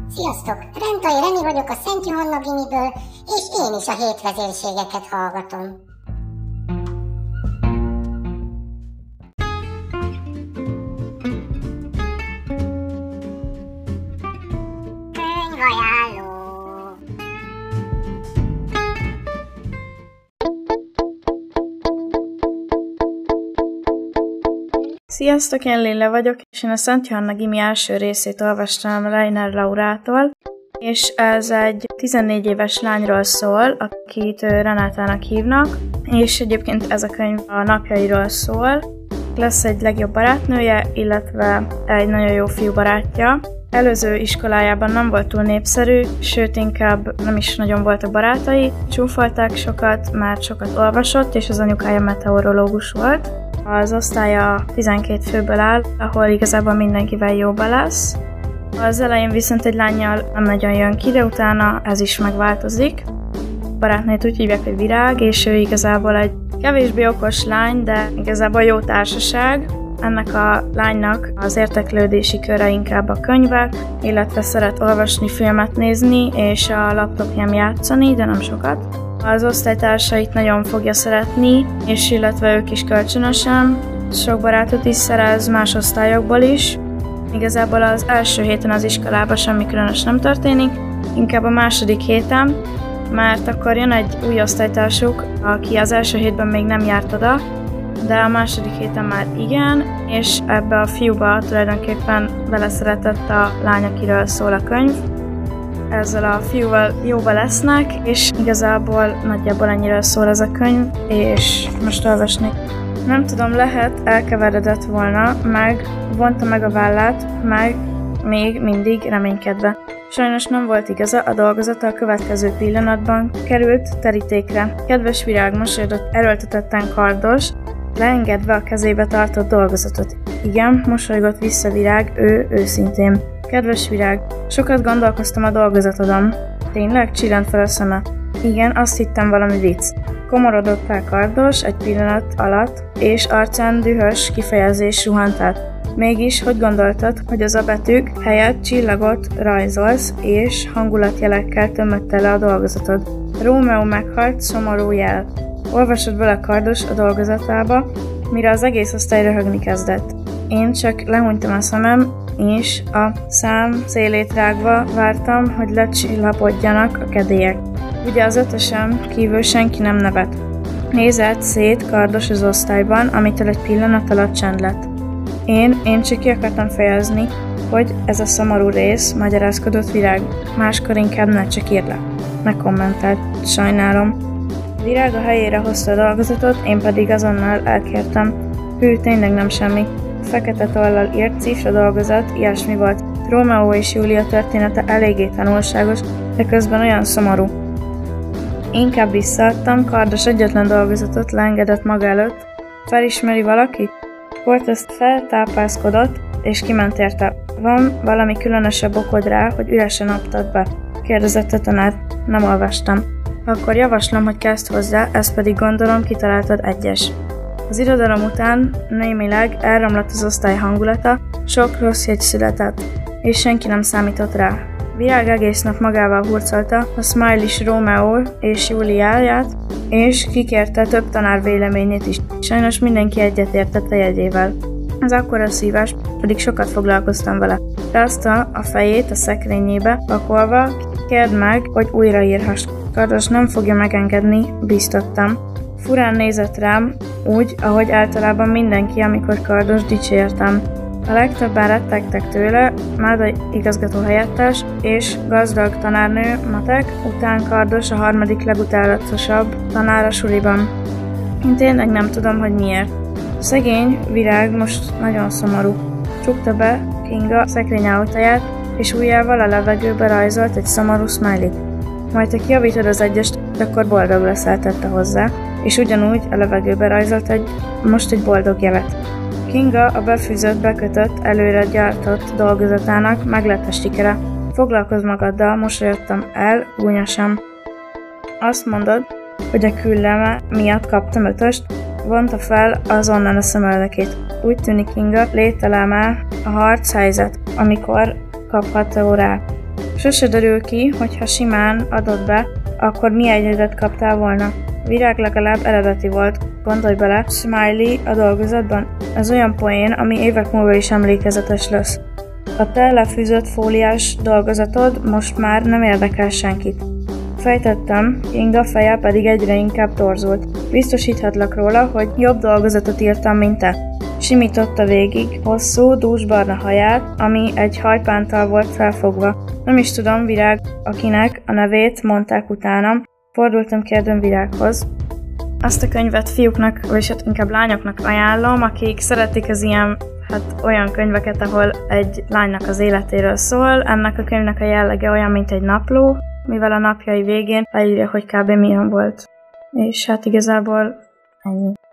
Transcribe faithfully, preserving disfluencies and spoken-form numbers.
Sziasztok! Rentai Reni vagyok a Szent Johanna Gimiből, és én is a hétvezérségeket hallgatom. Könyvajánló. Sziasztok, én Lille vagyok, és én a Szent Johanna Gimi első részét olvastam Reiner Laurától, és ez egy tizennégy éves lányról szól, akit Renátának hívnak, és egyébként ez a könyv a napjairól szól. Lesz egy legjobb barátnője, illetve egy nagyon jó fiú barátja. Előző iskolájában nem volt túl népszerű, sőt inkább nem is nagyon voltak barátai, csúfolták sokat, mert sokat olvasott, és az anyukája meteorológus volt. Az osztálya tizenkét főből áll, ahol igazából mindenkivel jóba lesz. Az elején viszont egy lánnyal nem nagyon jön ki, de utána ez is megváltozik. A barátnőt úgy hívják, hogy Virág, és ő igazából egy kevésbé okos lány, de igazából jó társaság. Ennek a lánynak az érdeklődési köre inkább a könyvek, illetve szeret olvasni, filmet nézni, és a laptopján játszani, de nem sokat. Az osztálytársait nagyon fogja szeretni, és illetve ők is kölcsönösen. Sok barátot is szerez más osztályokból is. Igazából az első héten az iskolában semmi különös nem történik, inkább a második héten, mert akkor jön egy új osztálytársuk, aki az első hétben még nem járt oda, de a második héten már igen, és ebbe a fiúba tulajdonképpen beleszeretett a lány, akiről szól a könyv. Ezzel a fiúval jóba lesznek, és igazából nagyjából ennyiről szól ez a könyv, és most olvasnék. Nem tudom, lehet elkeveredett volna, meg vonta meg a vállát, meg még mindig reménykedve. Sajnos nem volt igaza, a dolgozata a következő pillanatban került terítékre. Kedves Virág mosolyodott erőltetetten kardos, leengedve a kezébe tartott dolgozatot. Igen, mosolygott vissza Virág, ő őszintén. Kedves Virág, sokat gondolkoztam a dolgozatodon. Tényleg? Csillant fel a szeme. Igen, azt hittem valami vicc. Komorodott fel kardos egy pillanat alatt, és arcán dühös kifejezés suhant át. Mégis, hogy gondoltad, hogy az a betűk helyett csillagot rajzolsz, és hangulatjelekkel tömötte le a dolgozatod? Rómeó meghalt, szomorú jel. Olvasott bele kardos a dolgozatába, mire az egész osztály röhögni kezdett. Én csak lehúnytam a szemem, és a szám szélét rágva vártam, hogy lecsillapodjanak a kedélyek. Ugye az ötösön kívül senki nem nevet. Nézett szét kardos az osztályban, amitől egy pillanat alatt csend lett. Én, én csak ki akartam fejezni, hogy ez a szomorú rész, magyarázkodott Virág. Máskor inkább ne, csak írd le. Megkommentált. Sajnálom. Virág a helyére hozta a dolgozatot, én pedig azonnal elkértem. Hű, tényleg nem semmi. Fekete tollal írt cifra dolgozat, ilyesmi volt. Rómeó és Júlia története eléggé tanulságos, de közben olyan szomorú. Inkább visszaadtam, kardos egyetlen dolgozatot leengedett maga előtt. Felismeri valaki? Cortez feltápászkodott, és kiment érte. Van valami különösebb okod rá, hogy üresen adtad be? Kérdezett a tanár. Nem olvastam. Akkor javaslom, hogy kezd hozzá, ezt pedig gondolom kitaláltad egyes. Az irodalom után némileg elromlott az osztály hangulata, sok rossz jegy született, és senki nem számított rá. Virág egész nap magával hurcolta a Smiley-s Rómeó és Júliáját, és kikérte több tanár véleményét is. Sajnos mindenki egyetértett a jegyével. Ez akkora szívás, pedig sokat foglalkoztam vele. Rázta a fejét a szekrényébe, pakolva, kérd meg, hogy újraírhass. Kardos nem fogja megengedni, biztattam. Furán nézett rám, úgy, ahogy általában mindenki, amikor kardos dicsértem. A legtöbben rettegtek tőle, Máda igazgató helyettes és gazdag tanárnő matek, után kardos a harmadik legutálatosabb tanár a suliban. Én tényleg nem tudom, hogy miért. Szegény Virág most nagyon szomorú. Csukta be Kinga szekrény ajtaját, és ujjával a levegőbe rajzolt egy szomorú smiley-t. Majd ha kijavítod az egyest, akkor boldog leszel, tette hozzá, és ugyanúgy a levegőbe rajzolt egy, most egy boldog jelet. Kinga a befűzött, bekötött, előre gyártott dolgozatának meglett a sikere. Foglalkozz magaddal, mosolyodtam el, gúnyosan. Azt mondod, hogy a külleme miatt kaptam ötöst, vonta fel azonnal a szemöldökét. Úgy tűnik, Kinga, lételem el a harc helyzet, amikor kapható rá. Sose derül ki, hogy ha simán adod be, akkor mi egyedet kaptál volna. Virág legalább eredeti volt, gondolj bele, Smiley a dolgozatban. Ez olyan poén, ami évek múlva is emlékezetes lesz. A te lefűzött fóliás dolgozatod most már nem érdekel senkit. Fejtettem, Inga feje pedig egyre inkább torzult. Biztosíthatlak róla, hogy jobb dolgozatot írtam, mint te. Simította végig hosszú, dúsbarna haját, ami egy hajpántal volt felfogva. Nem is tudom, Virág, akinek a nevét mondták utánam, fordultam kérdőn Virághoz. Azt a könyvet fiúknak, vagy inkább lányoknak ajánlom, akik szeretik az ilyen, hát olyan könyveket, ahol egy lánynak az életéről szól. Ennek a könyvnek a jellege olyan, mint egy napló, mivel a napjai végén leírja, hogy kb. Milyen volt. És hát igazából ennyi.